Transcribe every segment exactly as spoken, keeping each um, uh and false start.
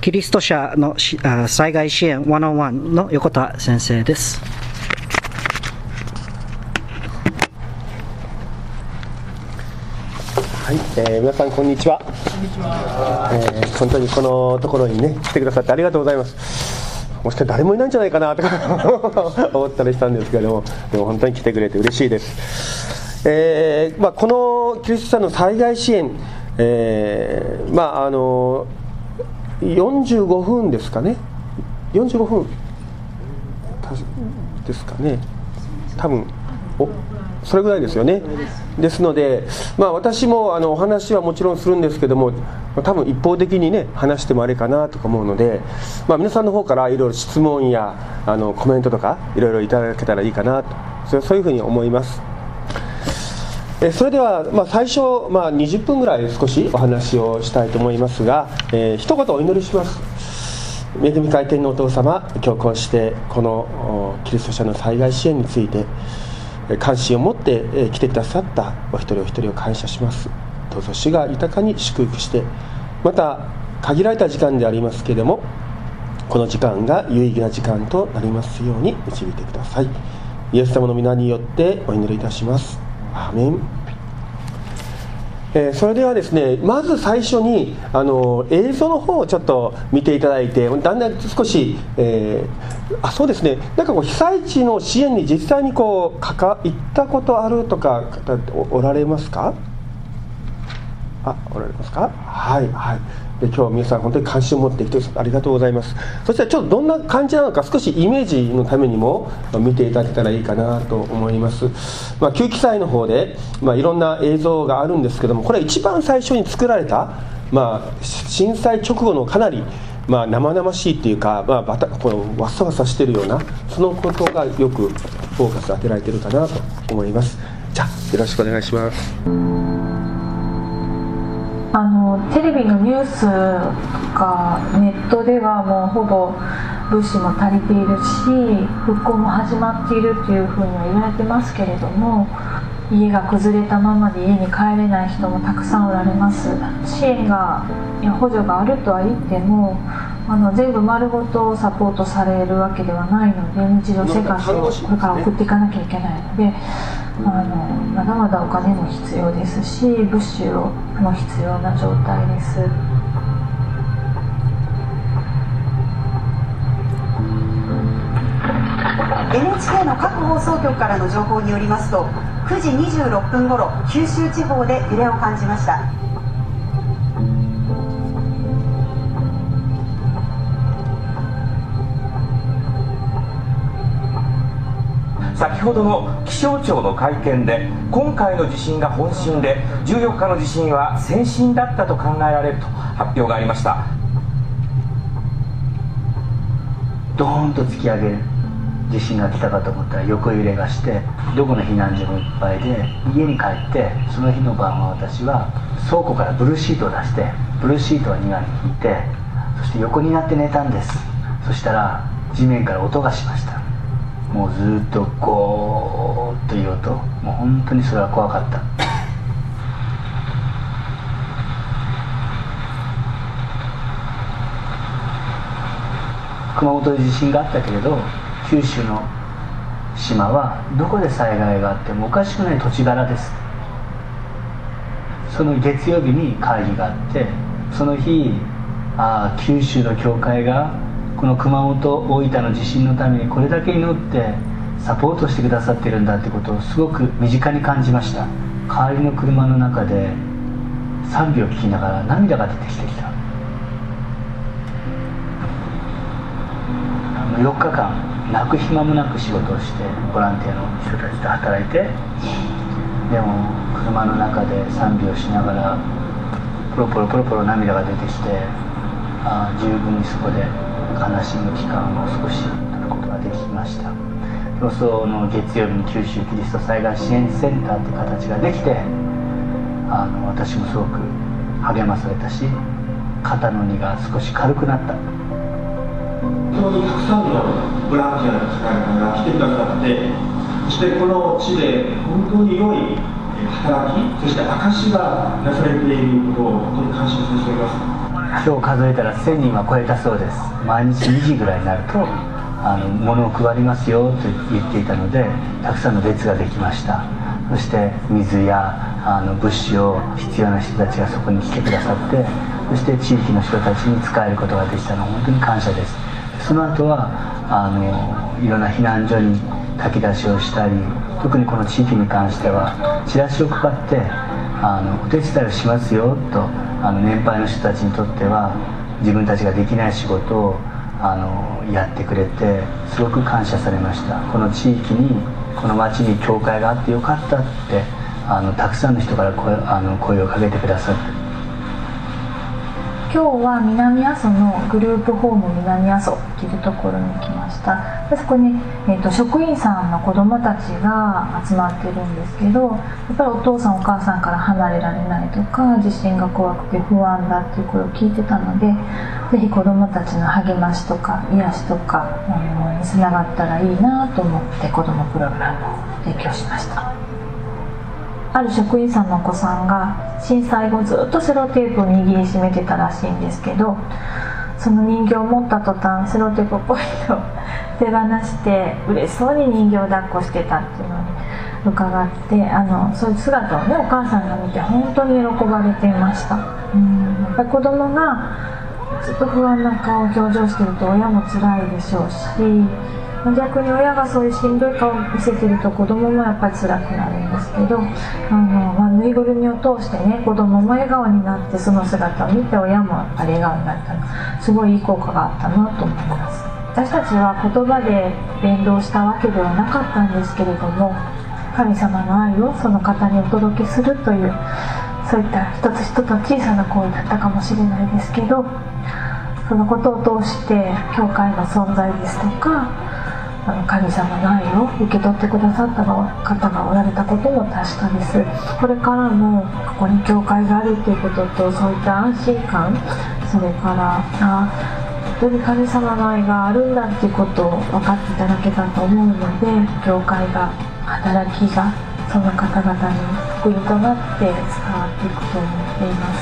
キリスト者の災害支援ひゃくいちの横田先生です。 はい、えー、皆さんこんにちは。こんにちは。えー、本当にこのところにね来てくださってありがとうございます。もしかして誰もいないんじゃないかなとか思ったりしたんですけれども、でも本当に来てくれて嬉しいです。えーまあ、このキリスト者の災害支援、えー、まああのよんじゅうごふんですかね、よんじゅうごふんですかね、多分おそれぐらいですよね。ですので、まあ、私もあのお話はもちろんするんですけども、多分一方的にね話してもあれかなとか思うので、まあ、皆さんの方からいろいろ質問やあのコメントとかいろいろいただけたらいいかなと、そうそういうふうに思います。えそれでは、まあ、最初、まあ、にじゅっぷんぐらい少しお話をしたいと思いますが、えー、一言お祈りします。恵み回転のお父様、今日こうしてこのキリスト者の災害支援について関心を持って来てくださったお一人お一人を感謝します。どうぞ主が豊かに祝福して、また限られた時間でありますけれども、この時間が有意義な時間となりますように導いてください。イエス様の皆によってお祈りいたします。アーメン。えー、それではですね、まず最初にあの映像の方をちょっと見ていただいて、だんだん少し、えー、あそうですね、なんかこう被災地の支援に実際にこうかか行ったことあるとか方おられますか？あ、おられますか？はいはい。で今日皆さん本当に関心を持ってきてありがとうございます。そしてちょっとどんな感じなのか少しイメージのためにも見ていただけたらいいかなと思います。まあ、旧記載の方で、まあ、いろんな映像があるんですけども、これ一番最初に作られた、まあ、震災直後のかなり、まあ、生々しいっていうか、まあ、バタこのわさわさしてるようなそのことがよくフォーカス当てられているかなと思います。じゃあよろしくお願いします。 あのテレビのニュースとかネットではもうほぼ物資も足りているし復興も始まっているというふうには言われてますけれども、家が崩れたままで家に帰れない人もたくさんおられます。支援がいや補助があるとは言ってもあの全部丸ごとサポートされるわけではないので、日常生活をこれから送っていかなきゃいけないので、あのまだまだお金も必要ですし物資も必要な状態です。 エヌエイチケー の各放送局からの情報によりますと、くじにじゅうろっぷんごろ九州地方で揺れを感じました。 先ほどの気象庁の会見で、今回の地震が本震でじゅうよっかの地震は先震だったと考えられると発表がありました。 ドーンと突き上げる地震が来たかと思ったら横揺れがして、どこの避難所もいっぱいで家に帰って、その日の晩は私は倉庫からブルーシートを出してブルーシートを庭に引いて、そして横になって寝たんです。そしたら地面から音がしました。もうずっとゴーッという音、もう本当にそれは怖かった。熊本で地震があったけれど、九州の島はどこで災害があってもおかしくない土地柄です。その月曜日に会議があって、その日ああ九州の教会がこの熊本大分の地震のためにこれだけ祈ってサポートしてくださってるんだってことをすごく身近に感じました。帰りの車の中で賛美を聞きながら涙が出てきてきた。あのよっかかん泣く暇もなく仕事をしてボランティアの人たちと働いて、でも車の中で賛美をしながらポロポロポロポロ涙が出てきて、ああ十分にそこで悲しむ期間を少し取ることができました。その月曜日に九州キリスト災害支援センターという形ができて、あの私もすごく励まされたし、肩の荷が少し軽くなった。 本当にたくさんのボランティアの方々が来てくださって、そしてこの地で本当に良い働き、そして証がなされていることを本当に感謝させています。 今日数えたらせんにんは超えたそうです。毎日にじぐらいになるとあの物を配りますよと言っていたので、たくさんの列ができました。そして水やあの物資を必要な人たちがそこに来てくださって、そして地域の人たちに使えることができたのは本当に感謝です。その後はあのいろんな避難所に炊き出しをしたり、特にこの地域に関してはチラシを配ってあのお手伝いをしますよと、あの年配の人たちにとっては自分たちができない仕事をあのやってくれてすごく感謝されました。この地域にこの町に教会があってよかったってあのたくさんの人から声、あの声をかけてくださって、 今日は南阿蘇のグループホーム南阿蘇というところに来ました。でそこに、えー、と職員さんの子どもたちが集まってるんですけど、やっぱりお父さんお母さんから離れられないとか、地震が怖くて不安だっていう声を聞いてたので、ぜひ子どもたちの励ましとか癒しとかあのにつながったらいいなと思って子どもプログラムを提供しました。ある職員さんのお子さんが震災後ずっとセロテープを握りしめてたらしいんですけど、その人形を持った途端セロテープをポイッと手放して嬉しそうに人形を抱っこしてたっていうのに伺って、あのそういう姿をねお母さんが見て本当に喜ばれていました。うんやっぱり子供がずっと不安な顔表情してると親も辛いでしょうし、逆に親がそういうしんどい顔を見せてると子供もやっぱり辛くなるんですけど、あの、まあ、ぬいぐるみを通してね子供も笑顔になってその姿を見て親もやっぱり笑顔になったのすごいいい効果があったなと思います。私たちは言葉で伝道したわけではなかったんですけれども、神様の愛をその方にお届けするというそういった一つ一つの小さな行為だったかもしれないですけど、そのことを通して教会の存在ですとかあの神様の愛を受け取ってくださった方がおられたことも確かです。これからもここに教会があるということと、そういった安心感、それからあ本当に神様の愛があるんだっていうことを分かっていただけたと思うので、教会が働きがその方々に福音となって伝わっていくと思っています。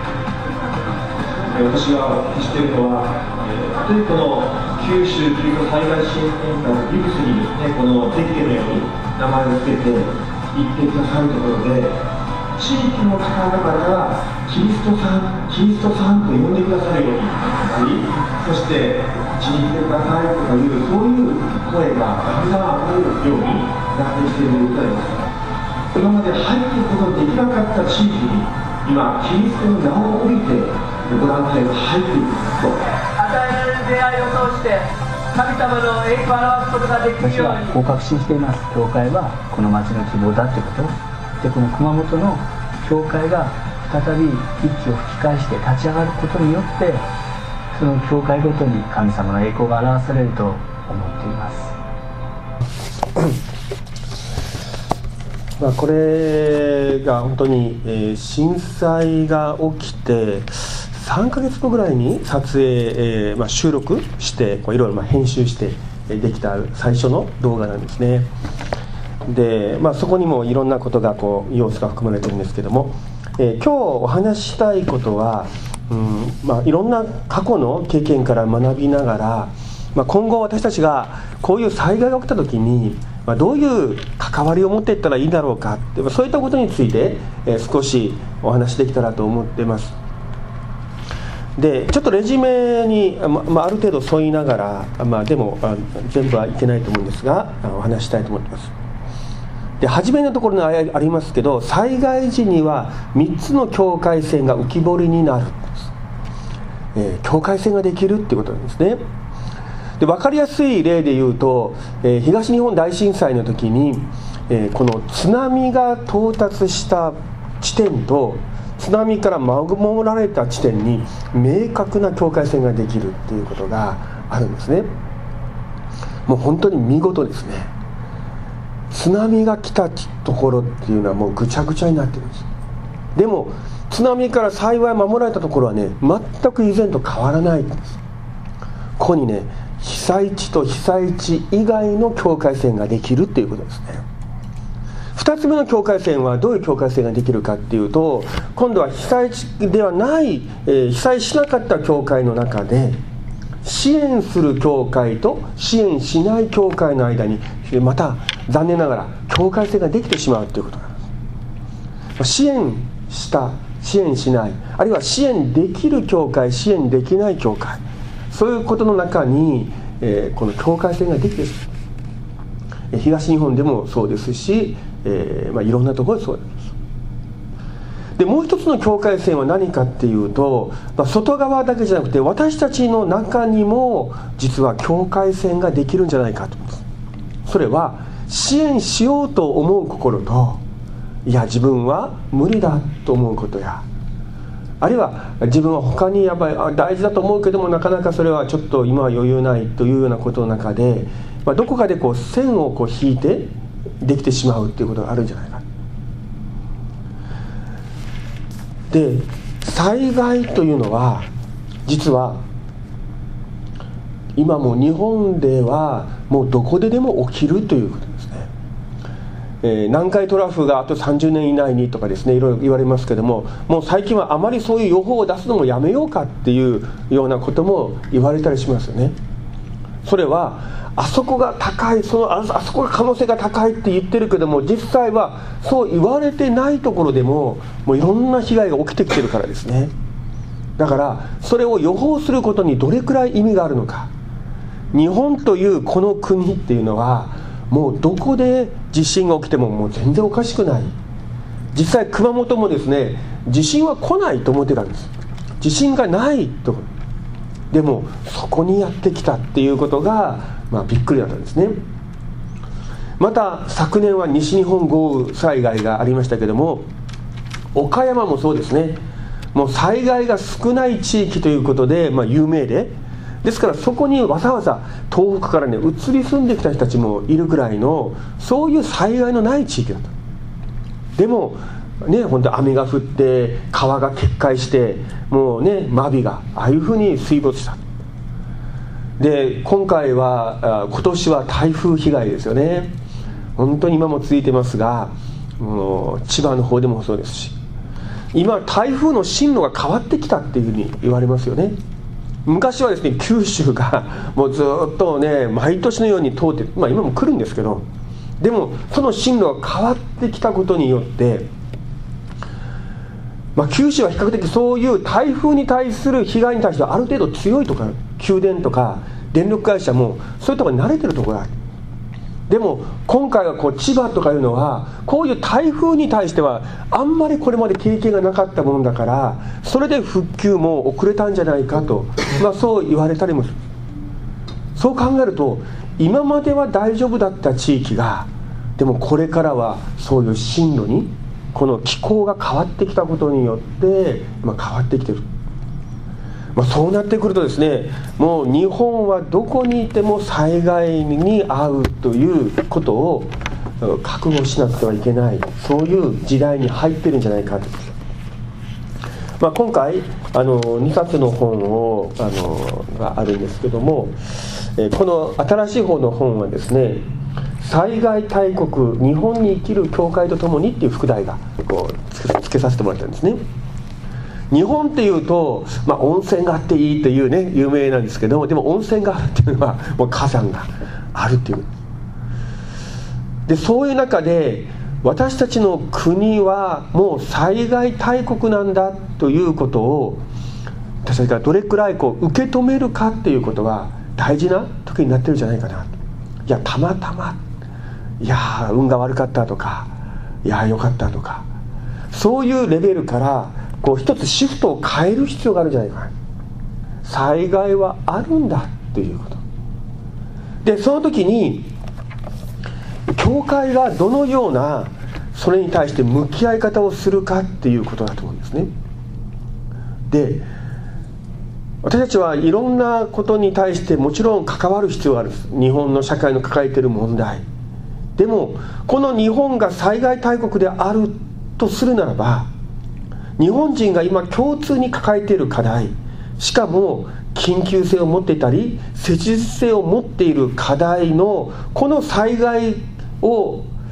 私がお聞きしているのは、例えばこの九州救助災害支援センタービブスにですね、このゼッケンのように名前を付けて行ってくださるところで、地域の方々がキリストさん、キリストさんと呼んでくださるようになり、そしてうちに行ってくださいとかいうそういう声がたくさんあるようになってきていることであります。今まで入っていくことのできなかった地域に今キリストの名を降りてボランティアが入っていくと。 与えられる出会いを通して神様の栄光を表すことができるように、 私はこう確信しています。教会はこの町の希望だということで、この熊本の教会が再び息を吹き返して立ち上がることによって、その教会ごとに神様の栄光が表されると思っています。 まあこれが本当に、えー、震災が起きてさんかげつごぐらいに撮影、えーまあ、収録してこういろいろまあ編集してできた最初の動画なんですね。で、まあ、そこにもいろんなことがこう要素が含まれてるんですけども、えー、今日お話ししたいことは、うんまあ、いろんな過去の経験から学びながら、まあ、今後私たちがこういう災害が起きた時に、まあ、どういう関わりを持っていったらいいだろうかって、そういったことについて、えー、少しお話できたらと思っています。でちょっとレジュメに、まあ、ある程度沿いながら、まあ、でもあ全部はいけないと思うんですがお話したいと思っています。で初めのところにありますけど、災害時にはみっつの境界線が浮き彫りになるんです、えー、境界線ができるっていうことなんですね。で分かりやすい例で言うと、えー、東日本大震災の時に、えー、この津波が到達した地点と津波から守られた地点に明確な境界線ができるっていうことがあるんですね。もう本当に見事ですね。津波が来たところっていうのはもうぐちゃぐちゃになってるんです。でも津波から幸い守られたところはね、全く以前と変わらないんです。ここにね、被災地と被災地以外の境界線ができるっていうことですね。 ふたつめの境界線はどういう境界線ができるかっていうと、今度は被災地ではない、えー、被災しなかった教会の中で支援する教会と支援しない教会の間にまた残念ながら境界線ができてしまうということなんです。支援した支援しない、あるいは支援できる教会支援できない教会、そういうことの中に、えー、この境界線ができてしまう。東日本でもそうですし、えーまあ、いろんなところでそうなんです。でもう一つの境界線は何かっていうと、まあ、外側だけじゃなくて私たちの中にも実は境界線ができるんじゃないかと思います。それは支援しようと思う心と、いや自分は無理だと思うことや、あるいは自分は他にやっぱり大事だと思うけどもなかなかそれはちょっと今は余裕ないというようなことの中で、まあ、どこかでこう線をこう引いてできてしまうということがあるんじゃないか。で災害というのは実は今も日本ではもうどこででも起きるということですね。えー、南海トラフがあとさんじゅうねん以内にとかですね、いろいろ言われますけども、もう最近はあまりそういう予報を出すのもやめようかっていうようなことも言われたりしますよね。それはあそこが高い、その あ, あそこが可能性が高いって言ってるけども、実際はそう言われてないところでももういろんな被害が起きてきてるからですね。だからそれを予報することにどれくらい意味があるのか。日本というこの国っていうのはもうどこで地震が起きてももう全然おかしくない。実際熊本もですね、地震は来ないと思ってたんです。地震がないと。でもそこにやってきたっていうことが、まあ、びっくりだったんですね。また昨年は西日本豪雨災害がありましたけども、岡山もそうですね。もう災害が少ない地域ということで、まあ、有名で、ですからそこにわざわざ東北からね移り住んできた人たちもいるぐらいの、そういう災害のない地域だった。でもね、本当に雨が降って川が決壊してもうね真備がああいうふうに水没した。で今回は今年は台風被害ですよね。本当に今も続いてますが、もう千葉の方でもそうですし、今台風の進路が変わってきたっていうふうに言われますよね。昔はですね九州がもうずっとね毎年のように通って、まあ今も来るんですけど、でもその進路が変わってきたことによって、まあ、九州は比較的そういう台風に対する被害に対してはある程度強いとか、宮電とか電力会社もそういうところに慣れてるところがある。でも今回はこう千葉とかいうのはこういう台風に対してはあんまりこれまで経験がなかったものだから、それで復旧も遅れたんじゃないかと、まあ、そう言われたりもする。そう考えると今までは大丈夫だった地域が、でもこれからはそういう進路にこの気候が変わってきたことによって、まあ、変わってきてる。まあ、そうなってくるとですね、もう日本はどこにいても災害に遭うということを覚悟しなくてはいけない、そういう時代に入ってるんじゃないかと。まあ、今回あのにさつの本をあのがあるんですけども、この新しい方の本はですね、災害大国日本に生きる教会とともにっていう副題がこうつけ、つけさせてもらったんですね。日本っていうと、まあ、温泉があっていいというね有名なんですけども、でも温泉があるっていうのはもう火山があるっていう。でそういう中で私たちの国はもう災害大国なんだということを私たちがどれくらいこう受け止めるかっていうことが大事な時になってるんじゃないかな。いやたまたま、いや運が悪かったとか、いや良かったとか、そういうレベルからこう一つシフトを変える必要があるんじゃないかな。災害はあるんだということで、その時に教会がどのようなそれに対して向き合い方をするかっていうことだと思うんですね。で私たちはいろんなことに対してもちろん関わる必要があるんです。日本の社会の抱えている問題でも、この日本が災害大国であるとするならば、日本人が今共通に抱えている課題、しかも緊急性を持っていたり切実性を持っている課題のこの災害を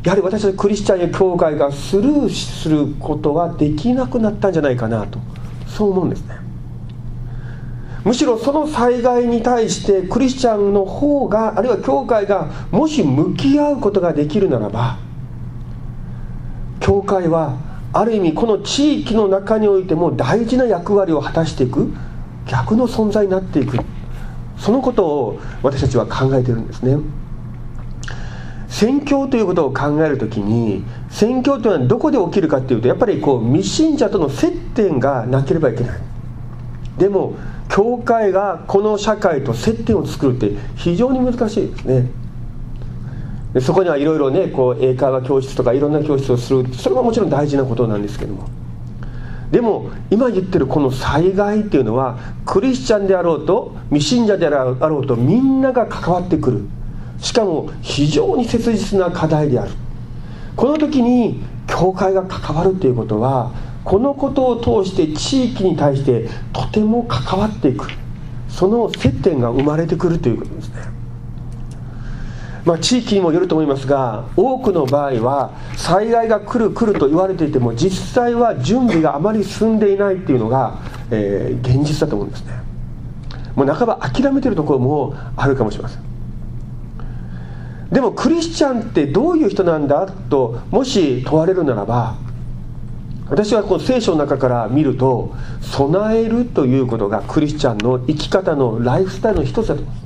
やはり私たちクリスチャンや教会がスルーすることはできなくなったんじゃないかなと、そう思うんですね。むしろその災害に対してクリスチャンの方が、あるいは教会がもし向き合うことができるならば、教会はある意味この地域の中においても大事な役割を果たしていく逆の存在になっていく、そのことを私たちは考えているんですね。宣教ということを考えるときに、宣教というのはどこで起きるかというと、やっぱりこう未信者との接点がなければいけない。でも教会がこの社会と接点を作るって非常に難しいですね。でそこにはいろいろね、こう英会話教室とかいろんな教室をする、それももちろん大事なことなんですけども、でも今言ってるこの災害っていうのは、クリスチャンであろうと未信者であろうとみんなが関わってくる、しかも非常に切実な課題である。この時に教会が関わるということは、このことを通して地域に対してとても関わっていく、その接点が生まれてくるということですね。まあ、地域にもよると思いますが、多くの場合は災害が来る来ると言われていても、実際は準備があまり進んでいないっていうのが、えー、現実だと思うんですね。もう半ば諦めているところもあるかもしれません。でもクリスチャンってどういう人なんだともし問われるならば、私はこの聖書の中から見ると、備えるということがクリスチャンの生き方のライフスタイルの一つだと思います。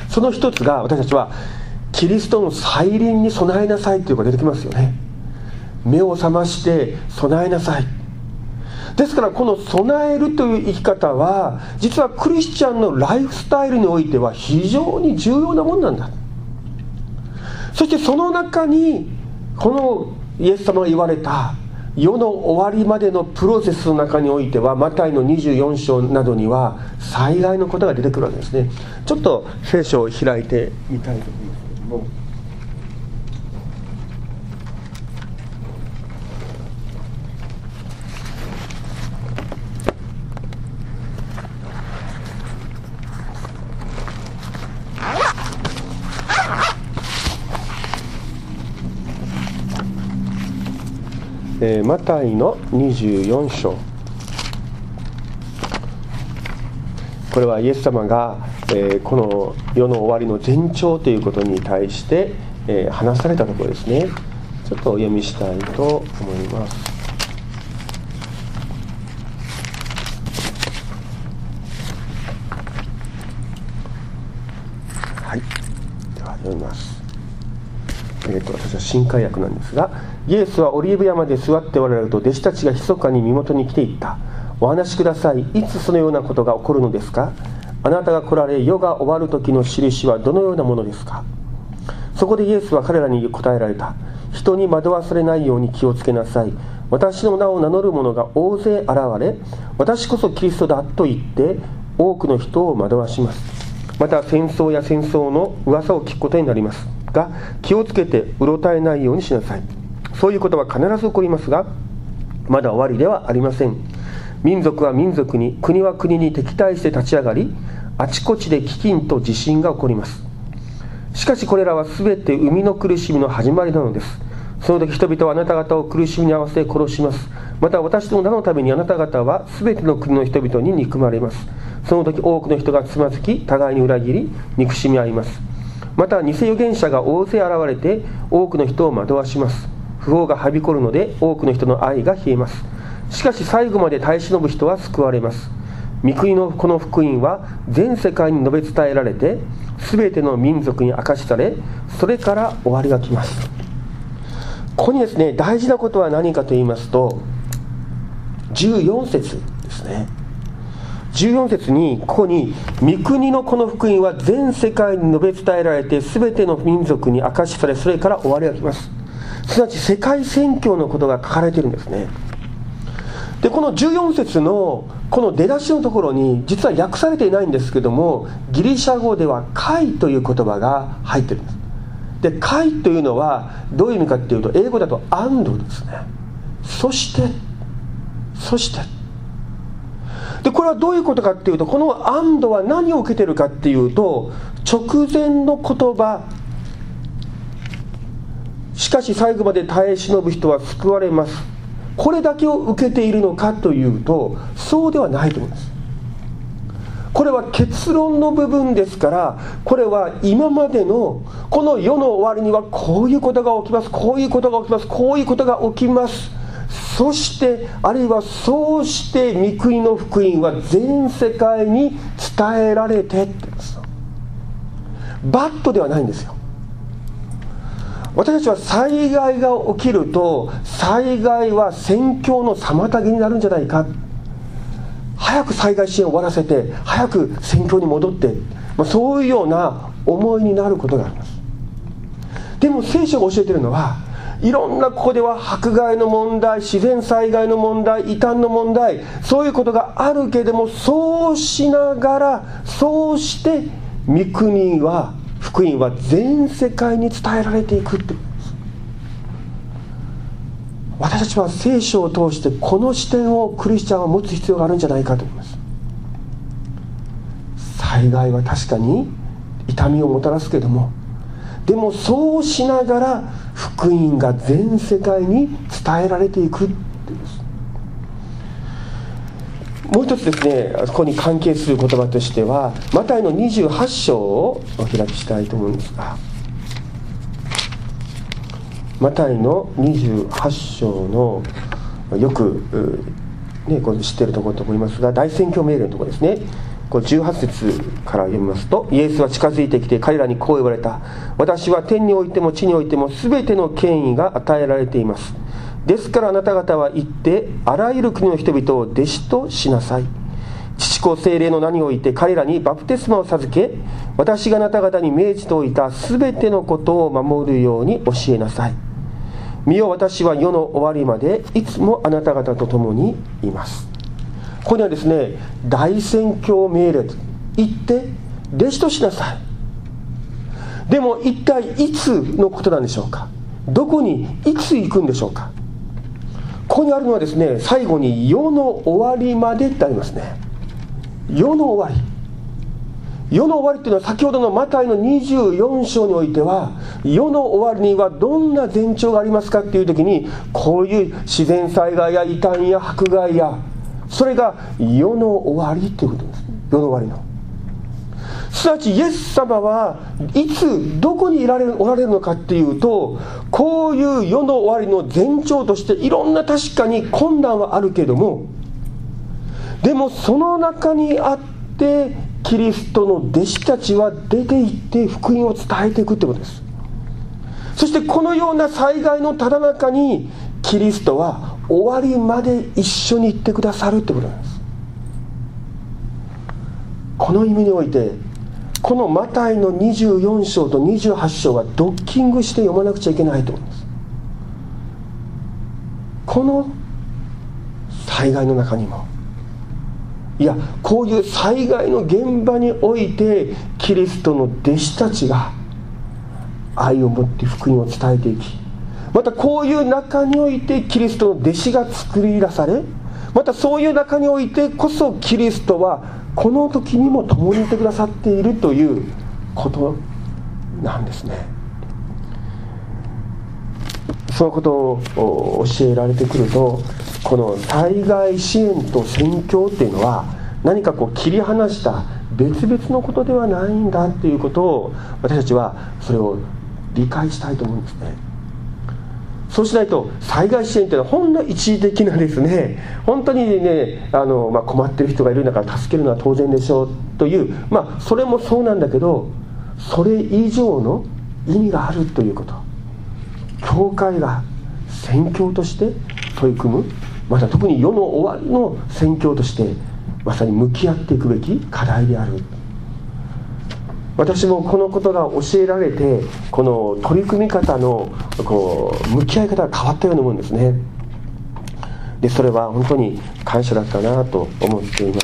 その一つが、私たちはキリストの再臨に備えなさいということが出てきますよね。目を覚まして備えなさい。ですからこの備えるという生き方は、実はクリスチャンのライフスタイルにおいては非常に重要なものなんだ。そしてその中にこのイエス様が言われた世の終わりまでのプロセスの中においては、マタイのにじゅうよん章などには災害のことが出てくるわけですね。ちょっと聖書を開いてみたいと思いますけれども、えー、マタイのにじゅうよん章、これはイエス様が、えー、この世の終わりの前兆ということに対して、えー、話されたところですね。ちょっとお読みしたいと思います。はい、では読みます。えー、と私は新海訳なんですが、イエスはオリーブ山で座っておられると、弟子たちが密かに身元に来ていった。お話しください。いつそのようなことが起こるのですか？あなたが来られ、世が終わる時の印はどのようなものですか？そこでイエスは彼らに答えられた。人に惑わされないように気をつけなさい。私の名を名乗る者が大勢現れ、私こそキリストだと言って多くの人を惑わします。また戦争や戦争の噂を聞くことになりますが、気をつけてうろたえないようにしなさい。そういうことは必ず起こりますが、まだ終わりではありません。民族は民族に、国は国に敵対して立ち上がり、あちこちで飢饉と地震が起こります。しかしこれらはすべて生みの苦しみの始まりなのです。その時人々はあなた方を苦しみに合わせ殺します。また私の名のためにあなた方はすべての国の人々に憎まれます。その時多くの人がつまずき、互いに裏切り憎しみ合います。また偽預言者が大勢現れて多くの人を惑わします。不法がはびこるので多くの人の愛が冷えます。しかし最後まで耐え忍ぶ人は救われます。御国のこの福音は全世界に述べ伝えられて、すべての民族に明かしされ、それから終わりが来ます。ここにですね、大事なことは何かと言いますと、じゅうよん節ですね。じゅうよん節にここに御国のこの福音は全世界に述べ伝えられて、すべての民族に明かしされ、それから終わりが来ます。すなわち世界宣教のことが書かれているんですね。でこのじゅうよん節のこの出だしのところに、実は訳されていないんですけども、ギリシャ語では会という言葉が入っているんです。で会というのはどういう意味かっていうと、英語だと安堵ですね。そしてそしてでこれはどういうことかっていうと、この安堵は何を受けているかっていうと、直前の言葉、 しかし最後まで耐え忍ぶ人は救われます。これだけを受けているのかというと、そうではないと思います。これは結論の部分ですから、これは今までのこの世の終わりにはこういうことが起きます、こういうことが起きます、こういうことが起きます、そしてあるいはそうして御国の福音は全世界に伝えられてって言うんです。バットではないんですよ。私たちは災害が起きると、災害は宣教の妨げになるんじゃないか、早く災害支援を終わらせて早く宣教に戻って、まあ、そういうような思いになることがあります。でも聖書が教えているのは、いろんなここでは迫害の問題、自然災害の問題、異端の問題、そういうことがあるけれども、そうしながらそうして御国は福音は全世界に伝えられていくってことです。私たちは聖書を通してこの視点をクリスチャンは持つ必要があるんじゃないかと思います。災害は確かに痛みをもたらすけども、でもそうしながら福音が全世界に伝えられていくって言うんです。もう一つですね、ここに関係する言葉としては、マタイのにじゅうはち章をお開きしたいと思うんですが、マタイのにじゅうはち章のよく、ね、これ知っているところと思いますが、大宣教命令のところですね。こうじゅうはち節から読みますと、イエスは近づいてきて彼らにこう言われた。私は天においても地においても全ての権威が与えられています。ですからあなた方は行ってあらゆる国の人々を弟子としなさい。父子聖霊の名において彼らにバプテスマを授け、私があなた方に命じておいた全てのことを守るように教えなさい。見よ、私は世の終わりまでいつもあなた方と共にいます。ここにはですね、大宣教命令、行って弟子としなさい。でも一体いつのことなんでしょうか。どこにいつ行くんでしょうか。ここにあるのはですね、最後に世の終わりまでってありますね。世の終わり、世の終わりっていうのは先ほどのマタイのにじゅうよん章においては、世の終わりにはどんな前兆がありますかっていう時に、こういう自然災害や異端や迫害や、それが世の終わりということです。世の終わりのすなわちイエス様はいつどこにいられるおられるのかっていうと、こういう世の終わりの前兆としていろんな確かに困難はあるけれども、でもその中にあってキリストの弟子たちは出て行って福音を伝えていくってことです。そしてこのような災害のただ中にキリストは終わりまで一緒に行ってくださるってことなんです。この意味においてこのマタイのにじゅうよん章とにじゅうはち章はドッキングして読まなくちゃいけないと思います。この災害の中にも、いやこういう災害の現場においてキリストの弟子たちが愛を持って福音を伝えていき、またこういう中においてキリストの弟子が作り出され、またそういう中においてこそキリストはこの時にも共にいてくださっているということなんですね。そのことを教えられてくると、この災害支援と宣教っていうのは何かこう切り離した別々のことではないんだっていうことを、私たちはそれを理解したいと思うんですね。そうしないと災害支援というのはほんの一時的なですね、本当にねあの、まあ、困ってる人がいるんだから助けるのは当然でしょうという、まあそれもそうなんだけど、それ以上の意味があるということ、教会が宣教として取り組む、また特に世の終わりの宣教としてまさに向き合っていくべき課題である。私もこのことが教えられて、この取り組み方のこう向き合い方が変わったようなもんですね。でそれは本当に感謝だったなと思っています。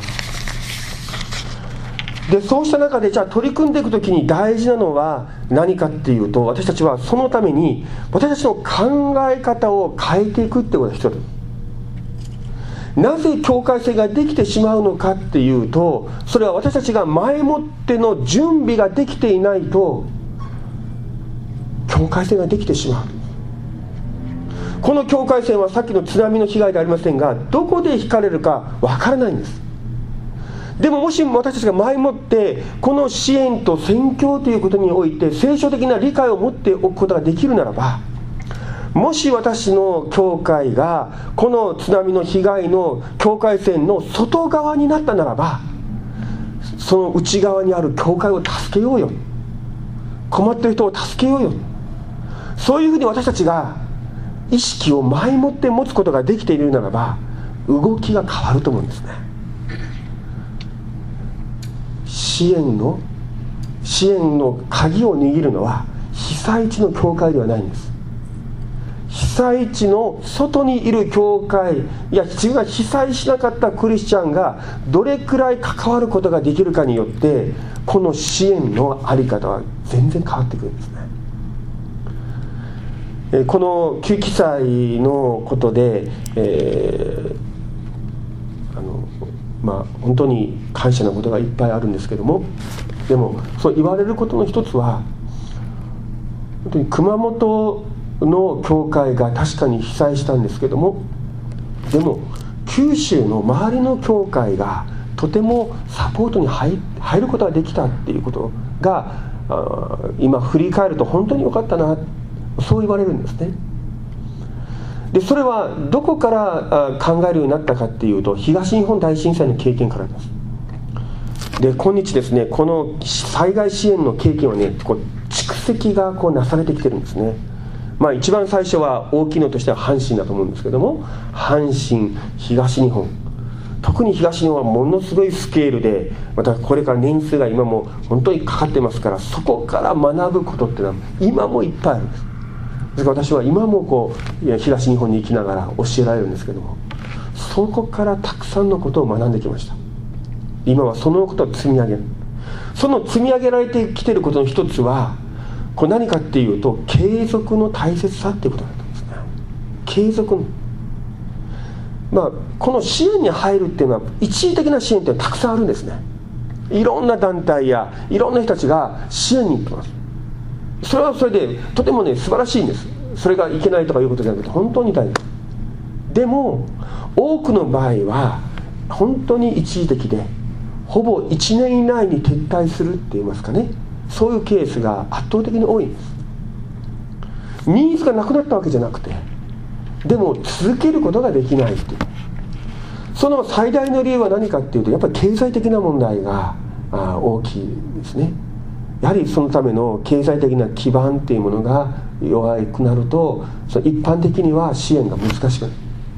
でそうした中でじゃあ取り組んでいくときに大事なのは何かっていうと、私たちはそのために私たちの考え方を変えていくってことが必要です。なぜ境界線ができてしまうのかっていうと、それは私たちが前もっての準備ができていないと境界線ができてしまう。 この境界線はさっきの津波の被害でありませんが、どこで引かれるかわからないんです。でももし私たちが前もってこの支援と宣教ということにおいて聖書的な理解を持っておくことができるならば、もし私の教会がこの津波の被害の境界線の外側になったならば、その内側にある教会を助けようよ、困っている人を助けようよ、そういうふうに私たちが意識を前もって持つことができているならば、動きが変わると思うんですね。支援の支援の鍵を握るのは被災地の教会ではないんです。被災地の外にいる教会、いや自分が被災しなかったクリスチャンがどれくらい関わることができるかによって、この支援の在り方は全然変わってくるんですね。この救济祭のことで、えー、あのまあ本当に感謝なことがいっぱいあるんですけども、でもそう言われることの一つは、本当に熊本の教会が確かに被災したんですけども、でも九州の周りの教会がとてもサポートに 入, 入ることができたっていうことが、あ今振り返ると本当に良かったな、そう言われるんですね。でそれはどこから考えるようになったかっていうと、東日本大震災の経験からです。で今日ですね、この災害支援の経験はね、こう蓄積がこうなされてきてるんですね。まあ一番最初は大きいのとしては阪神だと思うんですけども、阪神、東日本、特に東日本はものすごいスケールで、またこれから年数が今も本当にかかってますから、そこから学ぶことっていうのは今もいっぱいあるんです。ですから私は今もこう東日本に行きながら教えられるんですけども、そこからたくさんのことを学んできました。今はそのことを積み上げる。その積み上げられてきていることの一つは、これ何かっていうと、継続の大切さっていうことだったんですね。継続の、まあ、この支援に入るっていうのは一時的な支援っていうのはたくさんあるんですね。いろんな団体やいろんな人たちが支援に行ってます。それはそれでとてもね素晴らしいんです。それがいけないとかいうことじゃなくて本当に大事。でも多くの場合は本当に一時的で、ほぼいちねん以内に撤退するって言いますかね、そういうケースが圧倒的に多いんです。ニーズがなくなったわけじゃなくて、でも続けることができないっていう、その最大の理由は何かっていうと、やっぱり経済的な問題が大きいですね。やはりそのための経済的な基盤っていうものが弱くなると、その一般的には支援が難しくなる。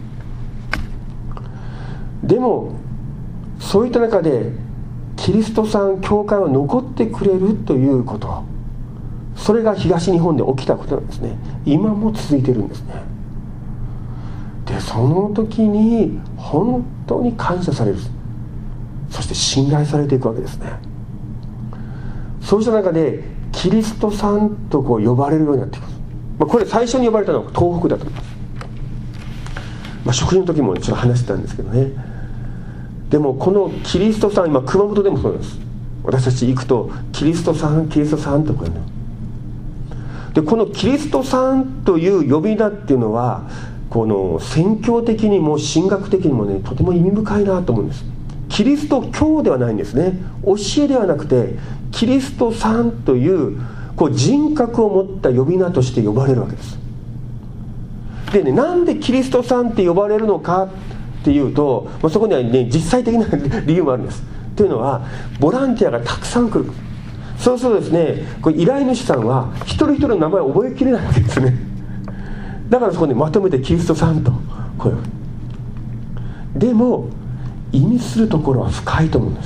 でもそういった中でキリストさん教会は残ってくれるということ、それが東日本で起きたことなんですね。今も続いているんですね。でその時に本当に感謝される、そして信頼されていくわけですね。そうした中でキリストさんとこう呼ばれるようになっていく、まあ、これ最初に呼ばれたのは東北だと思います。まあ、食事の時もちょっと話してたんですけどね。でもこのキリストさん、今熊本でもそうなんです。私たち行くとキリストさんキリストさんとこういうので、このキリストさんという呼び名っていうのは、この宣教的にも神学的にもね、とても意味深いなと思うんです。キリスト教ではないんですね。教えではなくてキリストさんというこう人格を持った呼び名として呼ばれるわけです。でね、なんでキリストさんって呼ばれるのかっていうと、まあ、そこにはね実際的な理由もあるんです。というのはボランティアがたくさん来る。そうするとですね、これ依頼主さんは一人一人の名前を覚えきれないわけですね。だからそこにまとめてキリストさんとこういう。でも意味するところは深いと思うんです。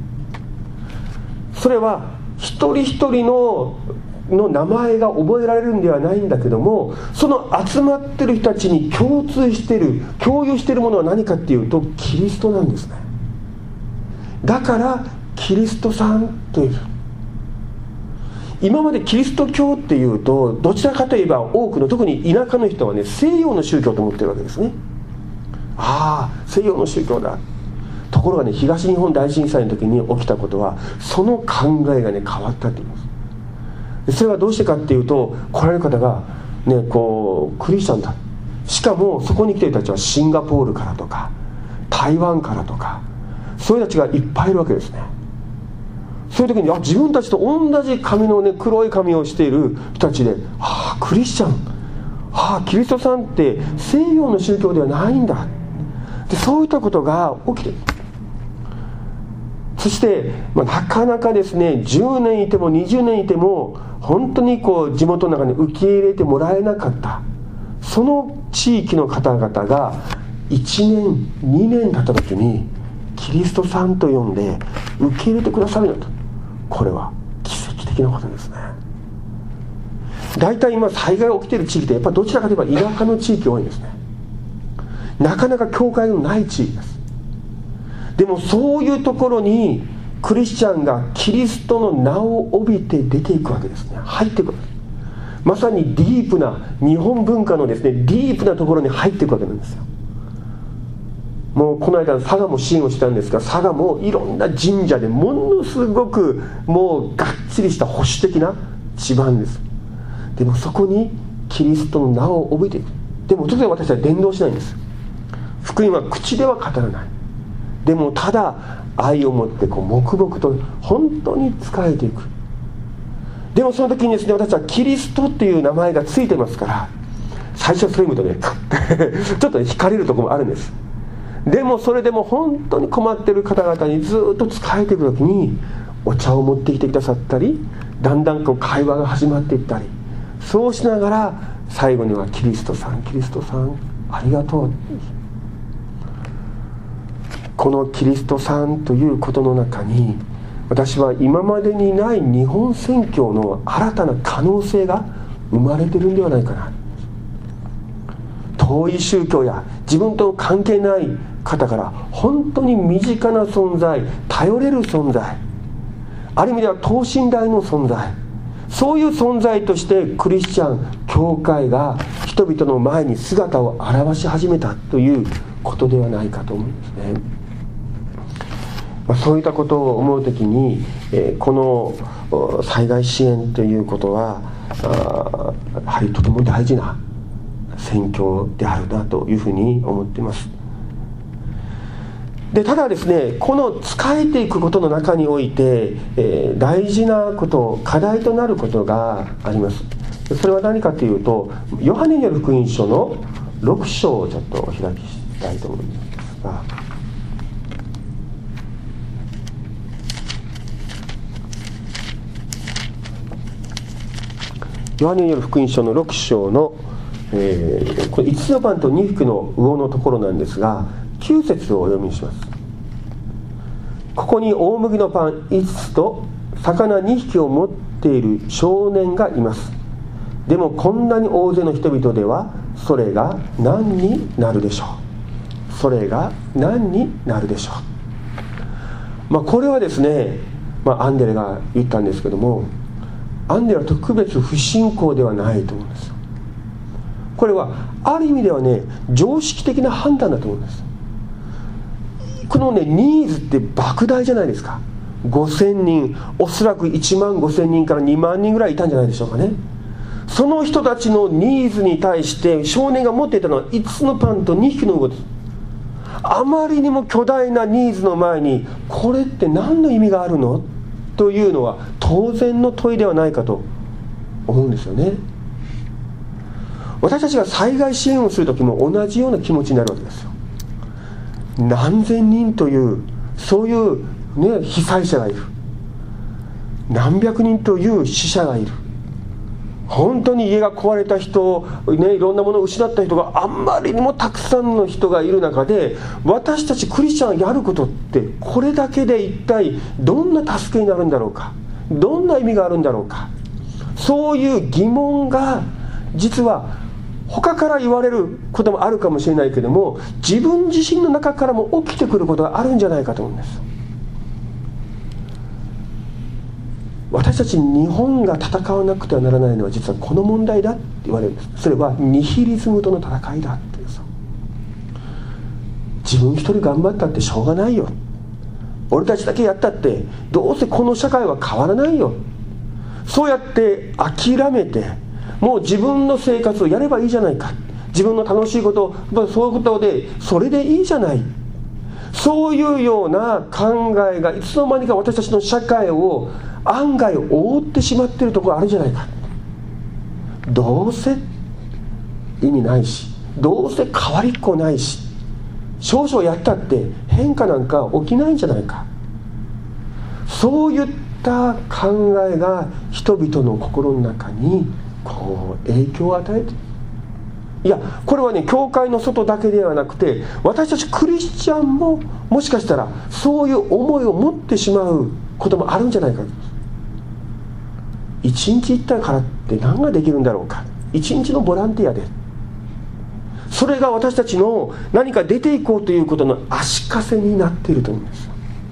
それは一人一人のの名前が覚えられるんではないんだけども、その集まってる人たちに共通している、共有しているものは何かっていうとキリストなんですね。だからキリストさんという。今までキリスト教っていうとどちらかといえば多くの、特に田舎の人はね、西洋の宗教と思ってるわけですね。ああ西洋の宗教だ。ところがね、東日本大震災の時に起きたことはその考えがね変わったって言います。それはどうしてかっていうと、来られる方がね、こうクリスチャンだ、 しかもそこに来ている人たちはシンガポールからとか台湾からとか、そういう人たちがいっぱいいるわけですね。そういう時に、あ、自分たちと同じ髪のね、黒い髪をしている人たちで、ああクリスチャン、ああキリストさんって西洋の宗教ではないんだ、でそういったことが起きている。そして、まあ、なかなかですね、じゅうねんいてもにじゅうねんいても本当にこう地元の中に受け入れてもらえなかった、その地域の方々がいちねんにねん経った時にキリストさんと呼んで受け入れてくださるよと、これは奇跡的なことですね。大体今災害が起きている地域ってやっぱりどちらかといえば田舎の地域が多いんですね。なかなか教会のない地域です。でもそういうところにクリスチャンがキリストの名を帯びて出ていくわけですね。入ってくる。まさにディープな日本文化のですね、ディープなところに入っていくわけなんですよ。もうこの間佐賀も支援をしたんですが、佐賀もいろんな神社でものすごくもうがっちりした保守的な地盤です。でもそこにキリストの名を帯びていく。でも当然私は伝道しないんです。福音は口では語らない。でもただ愛を持ってこう黙々と本当に仕えていく。でもその時にですね、私はキリストっていう名前がついてますから、最初それ見るとねちょっと惹かれるところもあるんです。でもそれでも本当に困っている方々にずっと仕えていく時にお茶を持ってきてくださったり、だんだんこう会話が始まっていったり、そうしながら最後にはキリストさんキリストさんありがとう、このキリストさんということの中に、私は今までにない日本宣教の新たな可能性が生まれているんではないかな。遠い宗教や自分と関係ない方から本当に身近な存在、頼れる存在、ある意味では等身大の存在、そういう存在としてクリスチャン教会が人々の前に姿を現し始めたということではないかと思うんですね。まあ、そういったことを思うときに、えー、この災害支援ということはあやはりとても大事な宣教であるなというふうに思っています。でただですね、この仕えていくことの中において、えー、大事なこと、課題となることがあります。それは何かというと、ヨハネによる福音書のろく章をちょっとお開きしたいと思いますが、ヨハネによる福音書のろく章の、えー、これいつつのパンとにひきの魚のところなんですが、きゅう節をお読みします。ここに大麦のパンいつつと魚にひきを持っている少年がいます。でもこんなに大勢の人々ではそれが何になるでしょう。それが何になるでしょう。まあこれはですね、まあ、アンデレが言ったんですけども、アンデレは特別不信仰ではないと思うんですよ。これはある意味ではね、常識的な判断だと思うんです。このねニーズって莫大じゃないですか。ごせんにん、おそらくいちまんごせんにんからにまんにんぐらいいたんじゃないでしょうかね。その人たちのニーズに対して少年が持っていたのはいつつのパンとにひきの魚です。あまりにも巨大なニーズの前にこれって何の意味があるのというのは当然の問いではないかと思うんですよね。私たちが災害支援をするときも同じような気持ちになるわけですよ。何千人というそういう、ね、被災者がいる、何百人という死者がいる、本当に家が壊れた人、ね、いろんなものを失った人があんまりにもたくさんの人がいる中で、私たちクリスチャンがやることってこれだけで一体どんな助けになるんだろうか、どんな意味があるんだろうか、そういう疑問が実は他から言われることもあるかもしれないけども、自分自身の中からも起きてくることがあるんじゃないかと思うんです。私たち日本が戦わなくてはならないのは実はこの問題だって言われるんです。それはニヒリズムとの戦いだって。自分一人頑張ったってしょうがないよ、俺たちだけやったってどうせこの社会は変わらないよ、そうやって諦めてもう自分の生活をやればいいじゃないか、 自分の楽しいこと、そういうことでそれでいいじゃない、そういうような考えがいつの間にか私たちの社会を案外覆ってしまっているところあるんじゃないか。どうせ意味ないし、どうせ変わりっこないし、少々やったって変化なんか起きないんじゃないか、そういった考えが人々の心の中にこう影響を与えている。いや、これはね、教会の外だけではなくて、私たちクリスチャンももしかしたらそういう思いを持ってしまうこともあるんじゃないか。一日行ったからって何ができるんだろうか、一日のボランティアで、それが私たちの何か出ていこうということの足かせになっていると思うんです。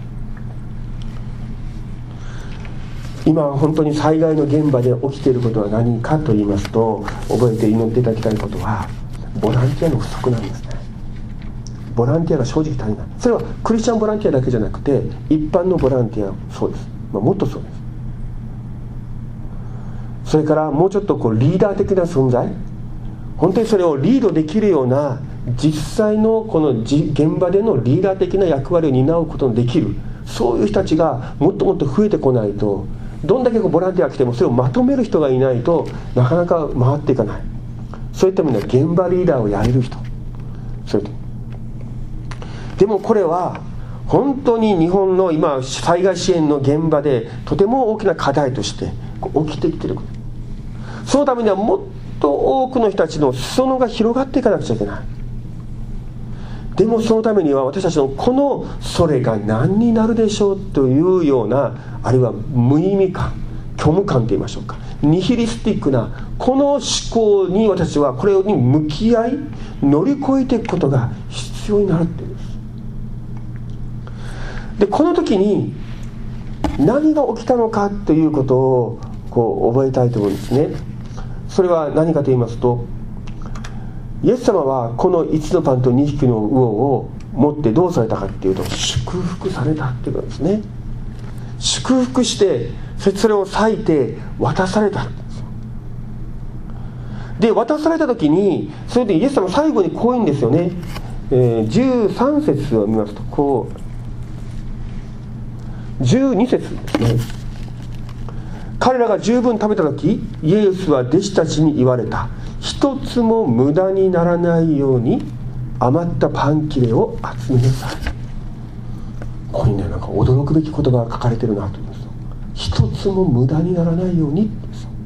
今本当に災害の現場で起きていることは何かと言いますと、覚えて祈っていただきたいことはボランティアの不足なんですね。ボランティアが正直足りない。それはクリスチャンボランティアだけじゃなくて一般のボランティアもそうです、まあ、もっとそうです。それからもうちょっとこうリーダー的な存在、本当にそれをリードできるような実際のこの現場でのリーダー的な役割を担うことのできる、そういう人たちがもっともっと増えてこないと、どんだけこうボランティアが来てもそれをまとめる人がいないとなかなか回っていかない。そういった意味では現場リーダーをやれる人、そういったでもこれは本当に日本の今災害支援の現場でとても大きな課題として起きてきていること。そのためにはもっと多くの人たちの裾野が広がっていかなくちゃいけない。でもそのためには私たちのこのそれが何になるでしょうというような、あるいは無意味感、虚無感と言いましょうか、ニヒリスティックなこの思考に私たちはこれに向き合い乗り越えていくことが必要になるっていうんです。でこの時に何が起きたのかということをこう覚えたいと思うんですね。それは何かと言いますと、イエス様はこのいつのパンとにひきの魚を持ってどうされたかっていうと、祝福されたっていうことですね。祝福してそれを裂いて渡されたんですよ。で渡された時にそれでイエス様最後にこう言うんですよね、えー、じゅうさん節を見ますとこうじゅうに節ですね。彼らが十分食べた時、イエスは弟子たちに言われた。一つも無駄にならないように余ったパン切れを集めなさい。ここにね、なんか驚くべき言葉が書かれてるなと思います。一つも無駄にならないように。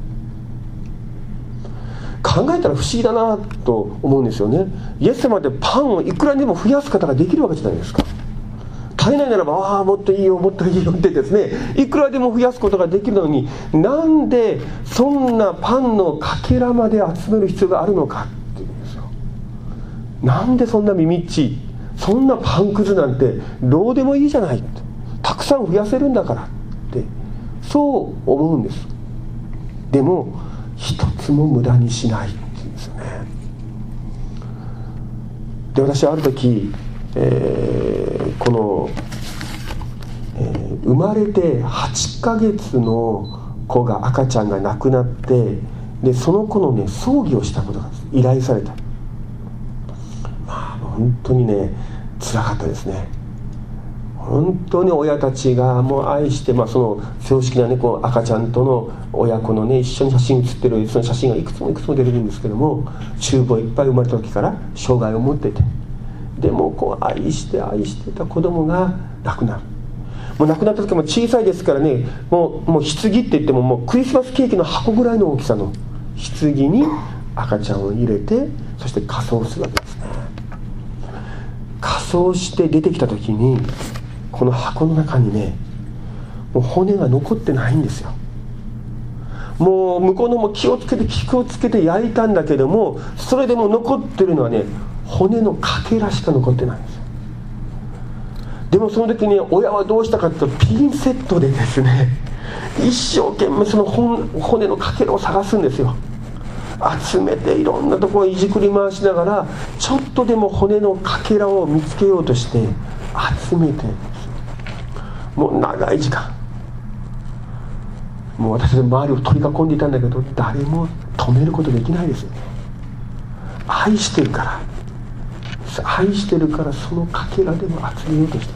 考えたら不思議だなと思うんですよね。イエス様ってパンをいくらにでも増やすことができるわけじゃないですか。足りないならば、ああもっといいよもっといいよってですね、いくらでも増やすことができるのに、なんでそんなパンのかけらまで集める必要があるのかっていうんですよ。なんでそんなみみっちい、そんなパンくずなんてどうでもいいじゃない、たくさん増やせるんだからってそう思うんです。でも一つも無駄にしないっていうんですよね。で私はある時、えー、この、えー、生まれてはちかげつの子が赤ちゃんが亡くなって、でその子のね葬儀をしたことが依頼された。まあ本当にね辛かったですね。本当に親たちがもう愛して、まあ、その正式なねこう赤ちゃんとの親子のね一緒に写真写ってるその写真がいくつもいくつも出てるんですけども、厨房いっぱい生まれた時から障害を持ってて、でもこう愛して愛してた子供が亡くなる。もう亡くなった時も小さいですからね、もう、もう棺って言ってももうクリスマスケーキの箱ぐらいの大きさの棺に赤ちゃんを入れて、そして火葬するわけですね。火葬して出てきた時にこの箱の中にねもう骨が残ってないんですよ。もう向こうのも気をつけて気をつけて焼いたんだけども、それでも残ってるのはね骨のかけらしか残ってないんですよ。でもその時に親はどうしたかというと、ピンセットでですね一生懸命その骨のかけらを探すんですよ。集めていろんなところをいじくり回しながら、ちょっとでも骨のかけらを見つけようとして集めて、もう長い時間、もう私の周りを取り囲んでいたんだけど誰も止めることできないですよね。 愛してるから、愛してるからそのかけらでも集めようとした。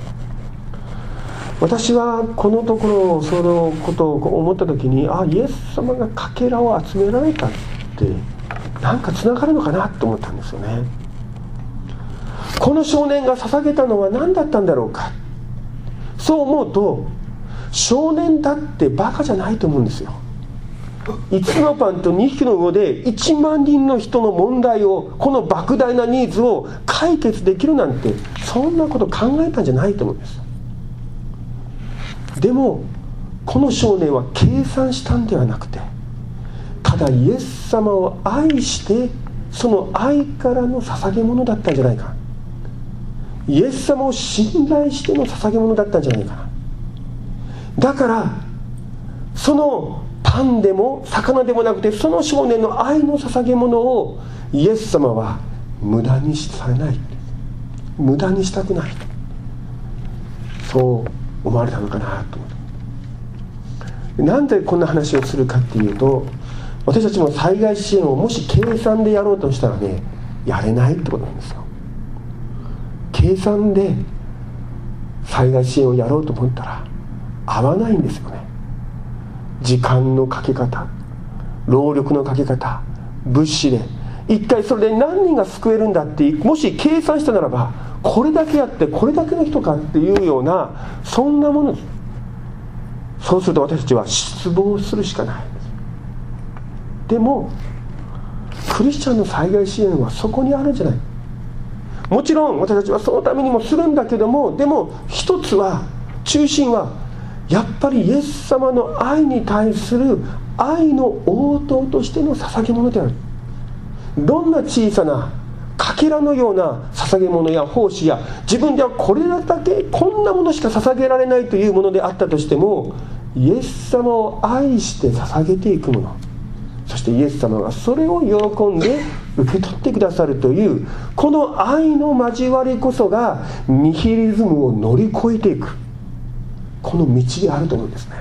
私はこのところそのことを思った時に、あ、イエス様がかけらを集められたってなんかつながるのかなと思ったんですよね。この少年が捧げたのは何だったんだろうか。そう思うと、少年だってバカじゃないと思うんですよ。いつつのパンとにひきの魚でいちまんにんの人の問題を、この莫大なニーズを解決できるなんて、そんなこと考えたんじゃないと思うんです。でもこの少年は計算したんではなくて、ただイエス様を愛して、その愛からの捧げ物だったんじゃないか。イエス様を信頼しての捧げ物だったんじゃないかな。だからそのパンでも魚でもなくて、その少年の愛の捧げ物をイエス様は無駄にされない、無駄にしたくない、そう思われたのかなと思う。なんでこんな話をするかっていうと、私たちも災害支援をもし計算でやろうとしたらね、やれないってことなんですよ。計算で災害支援をやろうと思ったら合わないんですよね。時間のかけ方、労力のかけ方、物資で一体それで何人が救えるんだって、もし計算したならば、これだけやってこれだけの人かっていうような、そんなものです。そうすると私たちは失望するしかない。でもクリスチャンの災害支援はそこにあるんじゃない。もちろん私たちはそのためにもするんだけども、でも一つは、中心はやっぱりイエス様の愛に対する愛の応答としての捧げ物である。どんな小さなかけらのような捧げ物や奉仕や、自分ではこれだけこんなものしか捧げられないというものであったとしても、イエス様を愛して捧げていくもの、そしてイエス様がそれを喜んで受け取ってくださるという、この愛の交わりこそがニヒリズムを乗り越えていく、この道であると思うんですね。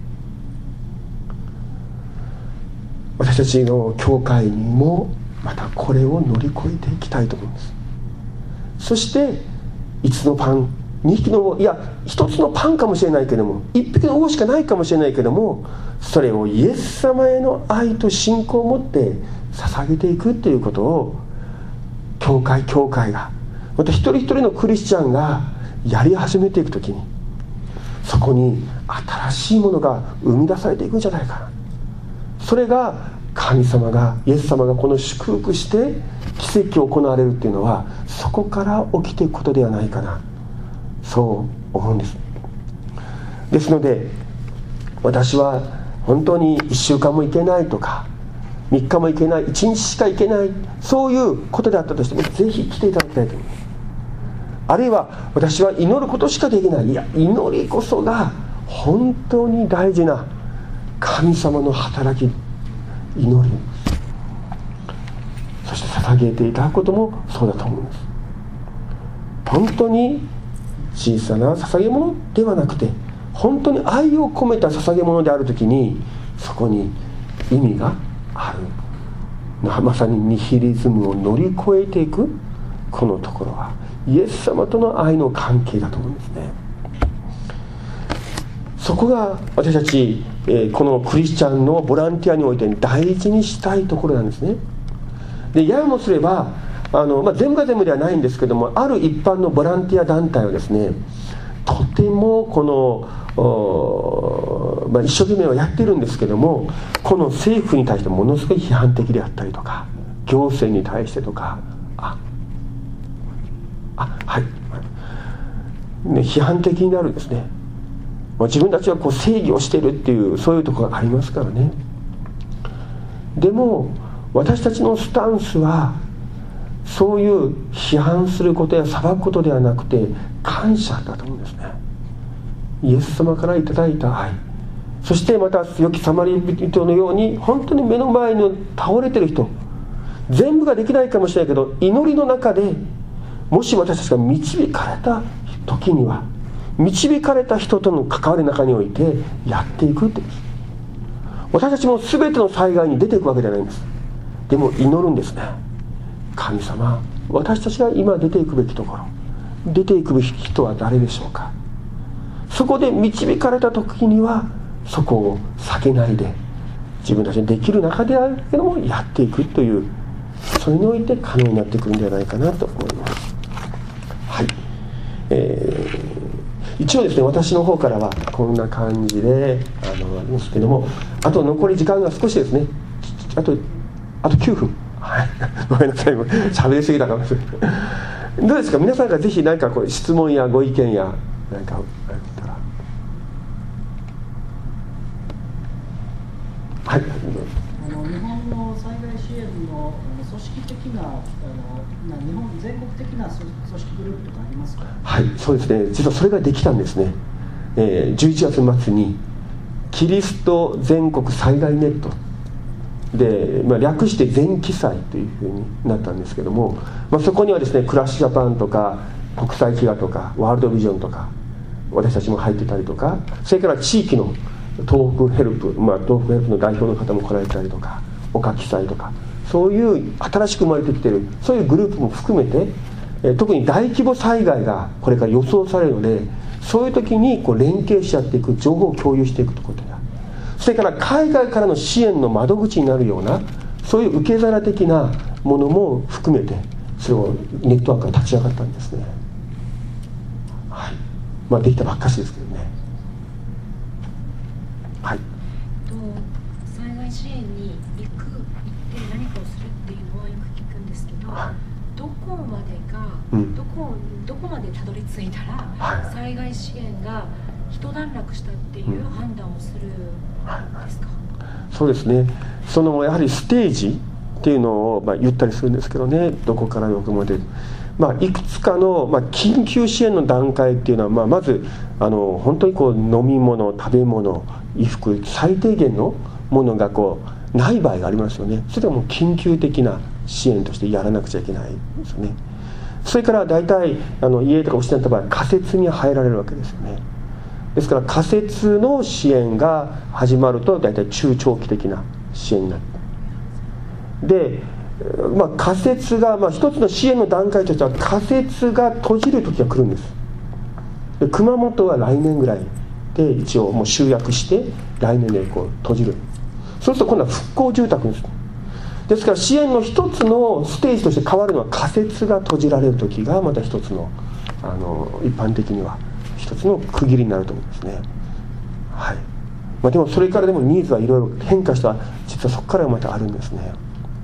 私たちの教会にもまたこれを乗り越えていきたいと思うんです。そしていつつのパン、にひきの魚、いやひとつのパンかもしれないけども、いっぴきの魚しかないかもしれないけども、それをイエス様への愛と信仰を持って捧げていくということを、教会教会が、また一人一人のクリスチャンがやり始めていくときに、そこに新しいものが生み出されていくんじゃないかな。それが神様が、イエス様がこの祝福して奇跡を行われるっていうのは、そこから起きていくことではないかな、そう思うんです。ですので私は本当にいっしゅうかんも行けないとか、みっかも行けない、いちにちしか行けない、そういうことであったとしても、ぜひ来ていただきたいと思います。あるいは私は祈ることしかできない、いや祈りこそが本当に大事な神様の働き、祈り、そして捧げていただくこともそうだと思います。本当に小さな捧げ物ではなくて、本当に愛を込めた捧げ物であるときに、そこに意味がある、まさにニヒリズムを乗り越えていく、このところはイエス様との愛の関係だと思うんですね。そこが私たち、えー、このクリスチャンのボランティアにおいて大事にしたいところなんですね。でややもすればあの、まあ、全部が全部ではないんですけども、ある一般のボランティア団体はですね、とてもこの、まあ、一生懸命はやってるんですけども、この政府に対してものすごい批判的であったりとか、行政に対してとか、ああはい、ね、批判的になるんですね。自分たちはこう正義をしているっていう、そういうところがありますからね。でも私たちのスタンスは、そういう批判することや裁くことではなくて、感謝だと思うんですね。イエス様からいただいた愛、そしてまた良きサマリ人のように、本当に目の前の倒れてる人、全部ができないかもしれないけど、祈りの中でもし私たちが導かれた時には、導かれた人との関わりの中においてやっていくって言うんです。私たちも全ての災害に出ていくわけじゃないんです。でも祈るんですね。 神様、私たちが今出ていくべきところ、出ていくべき人は誰でしょうか。そこで導かれた時にはそこを避けないで、自分たちにできる中であるけどもやっていくという、それにおいて可能になってくるんじゃないかなと思います。はい、えー、一応ですね、私の方からはこんな感じであのありますけども、あと残り時間が少しですね、あとあときゅうふん、はい、ごめんなさい、喋りすぎたかもしれない。どうですか、皆さんがぜひ何かこう質問やご意見や何かあったら。はい、 あの日本の災害支援の組織的な、あの日本全国的な組織グループとかありますか。 はい、そうですね、実はそれができたんですね。えー、じゅういちがつ末にキリスト全国災害ネットで、まあ、略して全記載というふうになったんですけども、まあ、そこにはですね、クラッシュジャパンとか国際飢餓とかワールドビジョンとか私たちも入ってたりとか、それから地域の東北ヘルプ、まあ、東北ヘルプの代表の方も来られたりとか、岡記載とか、そういう新しく生まれてきているそういうグループも含めて、えー、特に大規模災害がこれから予想されるので、そういう時にこう連携し合っていく、情報を共有していくということや、それから海外からの支援の窓口になるような、そういう受け皿的なものも含めて、それをネットワークが立ち上がったんですね。はい、まあ、できたばっかしですけどね。はい、 災害支援に行く、行って何かをするっていうのはよく聞くんですけど、はい、どこまでが、うん、どこどこまでたどり着いたら、はい、災害支援が一段落したっていう判断をするんですか。 うん、そうですね、そのやはりステージっていうのを、まあ、言ったりするんですけどね、どこからどこまで、まあ、いくつかの、まあ、緊急支援の段階っていうのは、まあ、まずあの本当にこう飲み物、食べ物、衣服、最低限のものがこうない場合がありますよね。それはもう緊急的な支援としてやらなくちゃいけないですよね。それから大体あの家とか失った場合、仮設に入られるわけですよね。ですから仮設の支援が始まると大体中長期的な支援になる。で、まあ、仮設が、まあ、一つの支援の段階としては仮設が閉じる時が来るんです。で、熊本は来年ぐらいで一応もう集約して来年でこう閉じる。そうすると今度は復興住宅です。ですから支援の一つのステージとして変わるのは、仮設が閉じられる時がまた一つの、あの一般的には一つの区切りになると思いますね。はい、まあ、でもそれからでもニーズはいろいろ変化した、実はそこからまたあるんですね。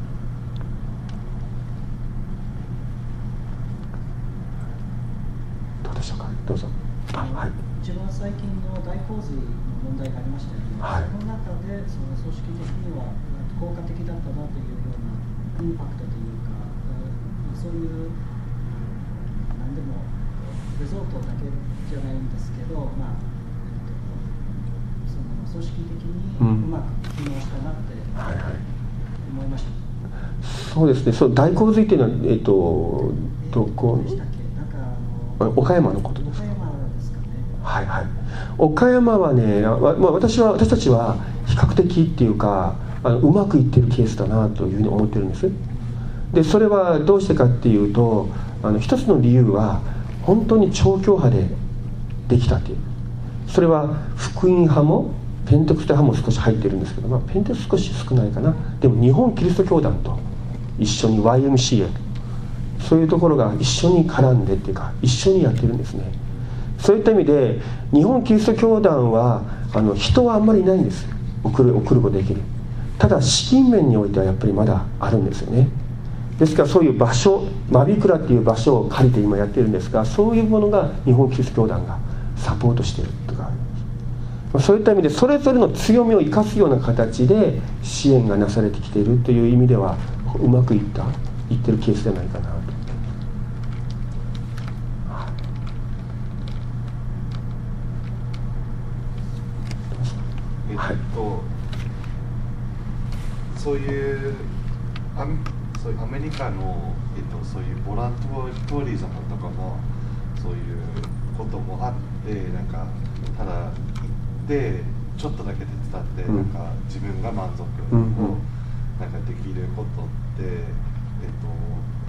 どうでしょうか。どうぞ。あ、はい、 一番最近の大洪水の問題がありましたけど、はい、その中でその組織的には効果的だったなというようなインパクトというか、そういう何でもレゾートだけじゃないんですけど、まあ、その組織的にうまく機能したなって思いました。 うん、はいはい、そうですね。そう大洪水っていうのは、えっとどこでしたっけ、なんかあの岡山のことですか。岡山ですかね。はいはい。岡山はね、まあ、私は私たちは比較的っていうか、あのうまくいってるケースだなというふうに思ってるんです。でそれはどうしてかっていうと、あの一つの理由は本当に超教派でできたっていう、それは福音派もペンテコステ派も少し入ってるんですけど、まあ、ペンテコステ少し少ないかな。でも日本キリスト教団と一緒に ワイエムシーエー そういうところが一緒に絡んでっていうか一緒にやってるんですね。そういった意味で日本キリスト教団はあの人はあんまりいないんです。送る送ることできる。ただ資金面においてはやっぱりまだあるんですよね。ですからそういう場所、マビクラっていう場所を借りて今やってるんですが、そういうものが日本キリスト教団がサポートしているとかあります。そういった意味でそれぞれの強みを生かすような形で支援がなされてきているという意味ではうまくいったいってるケースじゃないかなと。 はい、えっとそういうアそういうアメリカの、えっと、そういうボランティリズムとかもそういうこともあって、なんかただ行ってちょっとだけ手伝って、うん、なんか自分が満足を、うんうん、なんかできることって、えっと、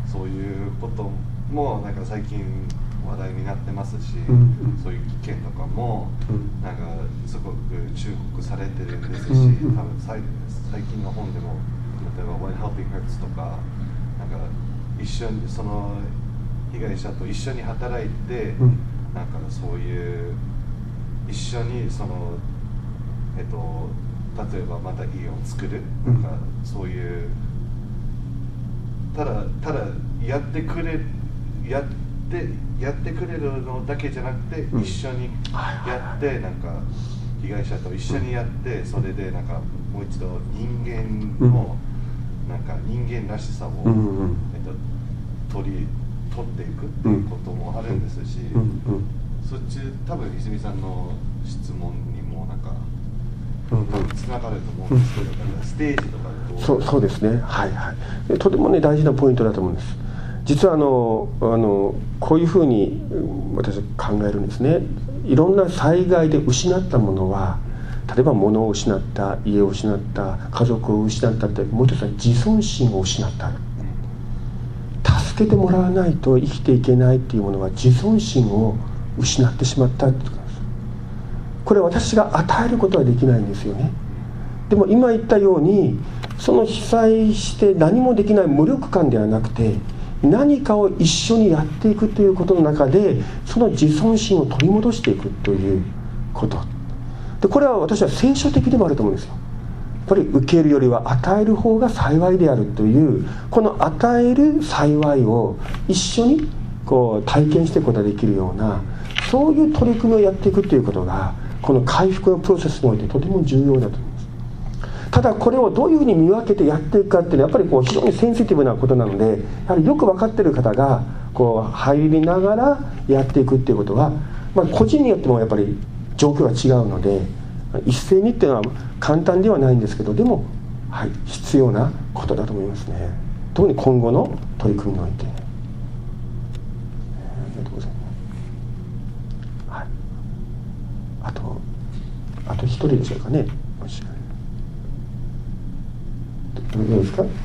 そういうこともなんか最近話題になってますし、 うん、 そういう意見とかも、うん、なんかすごく注目されてるんですし、うん、多分最近の本でも例えば When Helping Hurts とかなんか一緒にその被害者と一緒に働いて、うん、なんかそういう一緒にそのえっと例えばまた家を作る、うん、なんかそういうただただやってくれやってやってくれるのだけじゃなくて、うん、一緒にやってなんか被害者と一緒にやってそれでなんかもう一度人間の、うん、なんか人間らしさを、うんうん、えっと、取り取っていくっていうこともあるんですし、うんうん、そっち多分泉さんの質問にもなんかつながると思うんですけど、うん、ステージとかでどうそうそうですね、はいはい、とてもね大事なポイントだと思うんです。実はあのあのこういうふうに私は考えるんですね。いろんな災害で失ったものは例えば物を失った、家を失った、家族を失ったって、もう一つは自尊心を失った、助けてもらわないと生きていけないっていうものは自尊心を失ってしまったってことです。これは私が与えることはできないんですよね。でも今言ったようにその被災して何もできない無力感ではなくて、何かを一緒にやっていくということの中でその自尊心を取り戻していくということで、これは私は聖書的でもあると思うんですよ。やっぱり受けるよりは与える方が幸いであるという、この与える幸いを一緒にこう体験していくことができるような、そういう取り組みをやっていくということがこの回復のプロセスにおいてとても重要だと思います。ただこれをどういうふうに見分けてやっていくかっていうのはやっぱりこう非常にセンシティブなことなので、やはりよく分かっている方がこう入りながらやっていくっていうことは、まあ、個人によってもやっぱり状況が違うので一斉にっていうのは簡単ではないんですけど、でも、はい、必要なことだと思いますね。特に今後の取り組みにおいて。ありがとうございます。はい、あとあと一人でしょうかね。どうですか？ ノ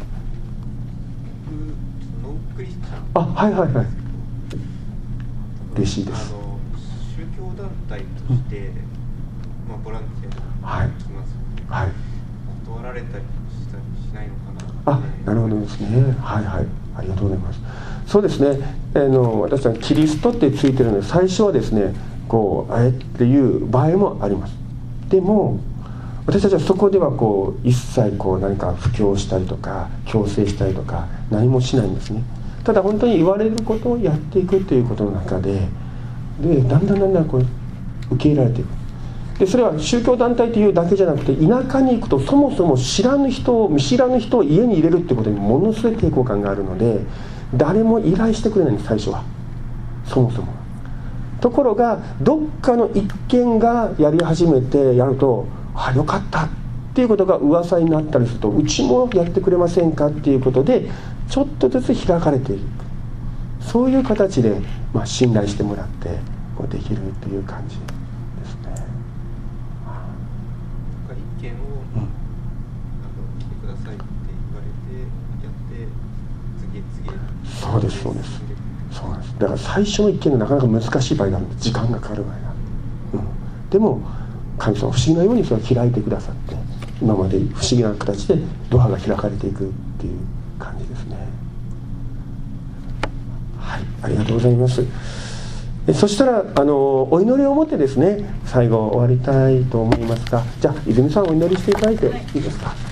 ンクリスチャン。 あ、はいはいはい。嬉しいです。 あの宗教団体として、うん、まあボランティアに行きますので、はい、断られたりしたりしないのかな。 あ、なるほどですね。はいはい。ありがとうございます。そうですね。あの私はキリストってついてるので、最初はですね、こうあえっていう場合もあります。でも。私たちはそこではこう一切こう何か布教したりとか強制したりとか何もしないんですね。ただ本当に言われることをやっていくということの中で、でだんだんだんだんこう受け入れられていく。でそれは宗教団体というだけじゃなくて、田舎に行くとそもそも知らぬ人を見知らぬ人を家に入れるってことにものすごい抵抗感があるので、誰も依頼してくれないんです、最初は。そもそも。ところがどっかの一件がやり始めてやると、あ、よかったっていうことが噂になったりすると、うちもやってくれませんかっていうことでちょっとずつ開かれていく、そういう形で、まあ、信頼してもらってこうできるという感じですね。 一件を、うん、あの来てくださいって言われてやって次々 そうですそうですそうなんです。だから最初の一件がなかなか難しい場合があるんで、時間がかかる場合がある、うん、でも神様は不思議なようにそれを開いてくださって、今まで不思議な形でドアが開かれていくっていう感じですね。はい、ありがとうございます。えそしたらあのお祈りを持ってですね、最後終わりたいと思いますが、じゃあ泉さんお祈りしていただいていいですか。はい、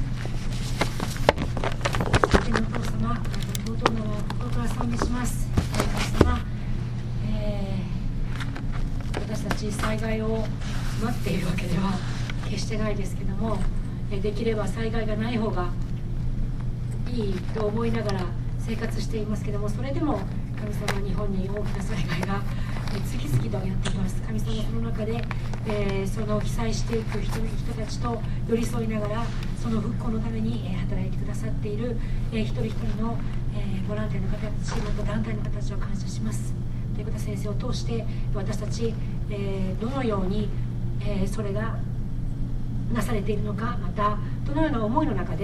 天のお父様、尊いのを心から賛美します。お父様、えー、私たち災害を待っているわけでは決してないですけども、できれば災害がない方がいいと思いながら生活していますけども、それでも神様、日本に大きな災害が次々とやってきます。神様、その中で、えー、その被災していく人、人たちと寄り添いながらその復興のために、えー、働いてくださっている、えー、一人一人の、えー、ボランティアの方たち、また団体の方たちを感謝します。ということ先生を通して私たち、えー、どのようにえー、それがなされているのか、またどのような思いの中で、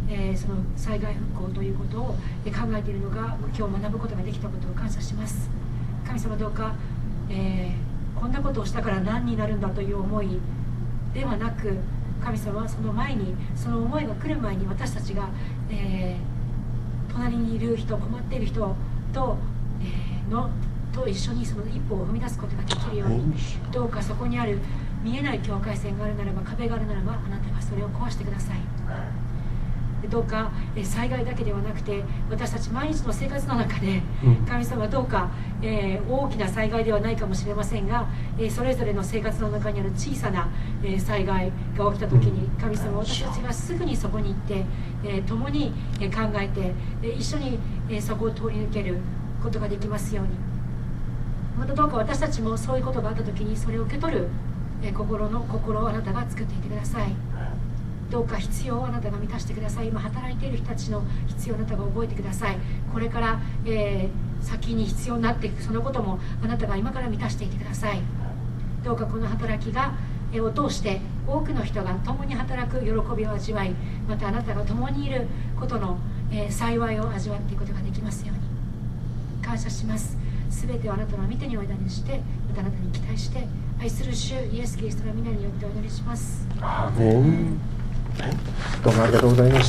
えー、その災害復興ということを考えているのが今日学ぶことができたことを感謝します。神様どうか、えー、こんなことをしたから何になるんだという思いではなく、神様はその前に、その思いが来る前に私たちが、えー、隣にいる人、困っている人と、えー、のと一緒にその一歩を踏み出すことができるように、どうかそこにある見えない境界線があるならば、壁があるならば、あなたがそれを壊してください。どうか災害だけではなくて、私たち毎日の生活の中で、神様どうか、えー、大きな災害ではないかもしれませんが、えー、それぞれの生活の中にある小さな、えー、災害が起きた時に、神様私たちがすぐにそこに行って、えー、共に考えて、えー、一緒に、えー、そこを通り抜けることができますように。またどうか私たちもそういうことがあった時にそれを受け取る、えー、心の心をあなたが作っていてください。どうか必要をあなたが満たしてください。今働いている人たちの必要をあなたが覚えてください。これから、えー、先に必要になっていくそのこともあなたが今から満たしていてください。どうかこの働きが、えー、を通して多くの人が共に働く喜びを味わい、またあなたが共にいることの、えー、幸いを味わっていくことができますように感謝します。すべてをあなたの御手にお委ねして、またあなたに期待して愛する主イエス・キリストの皆によってお祈りします。 アーメン。どうもありがとうございました。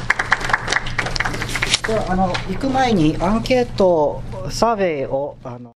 ではあの行く前にアンケートサーベイをあの